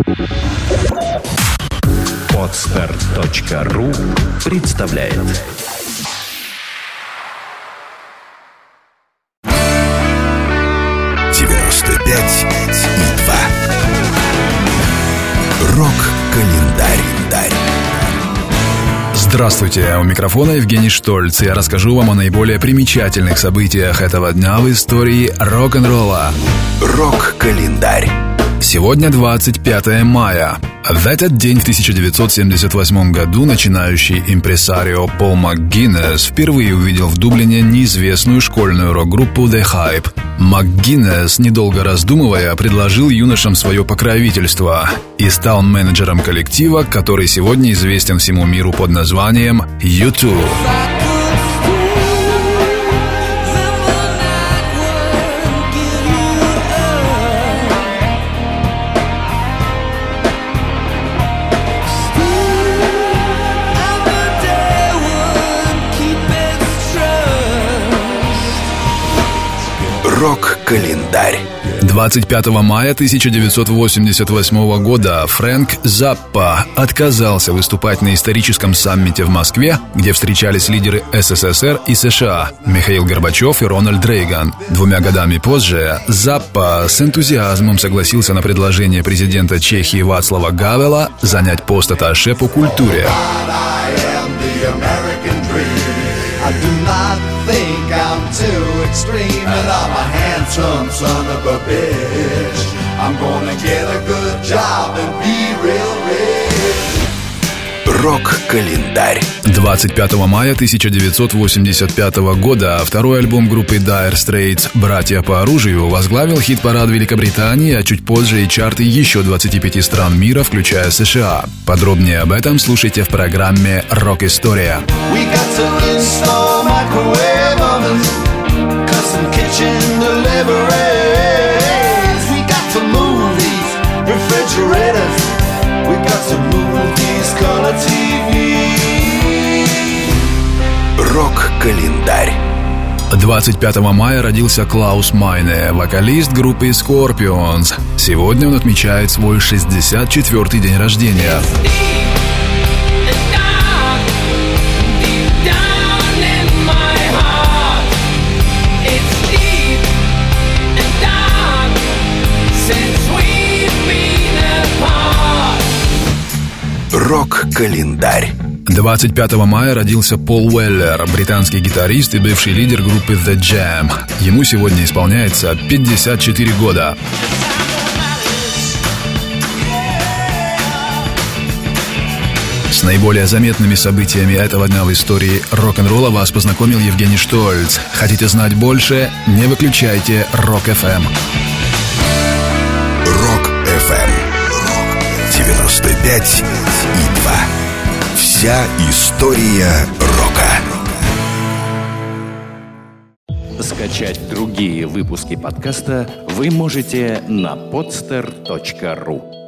Podster.ru представляет. Рок-календарь. Здравствуйте, у микрофона Евгений Штольц. Я расскажу вам о наиболее примечательных событиях этого дня в истории рок-н-ролла. Рок-календарь. Сегодня 25 мая. В этот день в 1978 году начинающий импресарио Пол МакГиннес впервые увидел в Дублине неизвестную школьную рок-группу The Hype. МакГиннес, недолго раздумывая, предложил юношам свое покровительство и стал менеджером коллектива, который сегодня известен всему миру под названием U2. Рок-календарь. 25 мая 1988 года Фрэнк Заппа отказался выступать на историческом саммите в Москве, где встречались лидеры СССР и США Михаил Горбачев и Рональд Рейган. 2 годами позже Заппа с энтузиазмом согласился на предложение президента Чехии Вацлава Гавела занять пост атташе по культуре. Рок-календарь. 25 мая 1985 года второй альбом группы Dire Straits «Братья по оружию» возглавил хит-парад Великобритании, а чуть позже и чарты еще 25 стран мира, включая США. Подробнее об этом слушайте в программе «Рок-история». Рок-календарь. 25 мая родился Клаус Майне, вокалист группы Scorpions. Сегодня он отмечает свой 64-й день рождения. Рок-календарь. 25 мая родился Пол Уэллер, британский гитарист и бывший лидер группы The Jam. Ему сегодня исполняется 54 года. С наиболее заметными событиями этого дня в истории рок-н-ролла вас познакомил Евгений Штольц. Хотите знать больше? Не выключайте Рок-ФМ. Рок-ФМ. 95,2. Вся история рока. Скачать другие выпуски подкаста вы можете на podster.ru.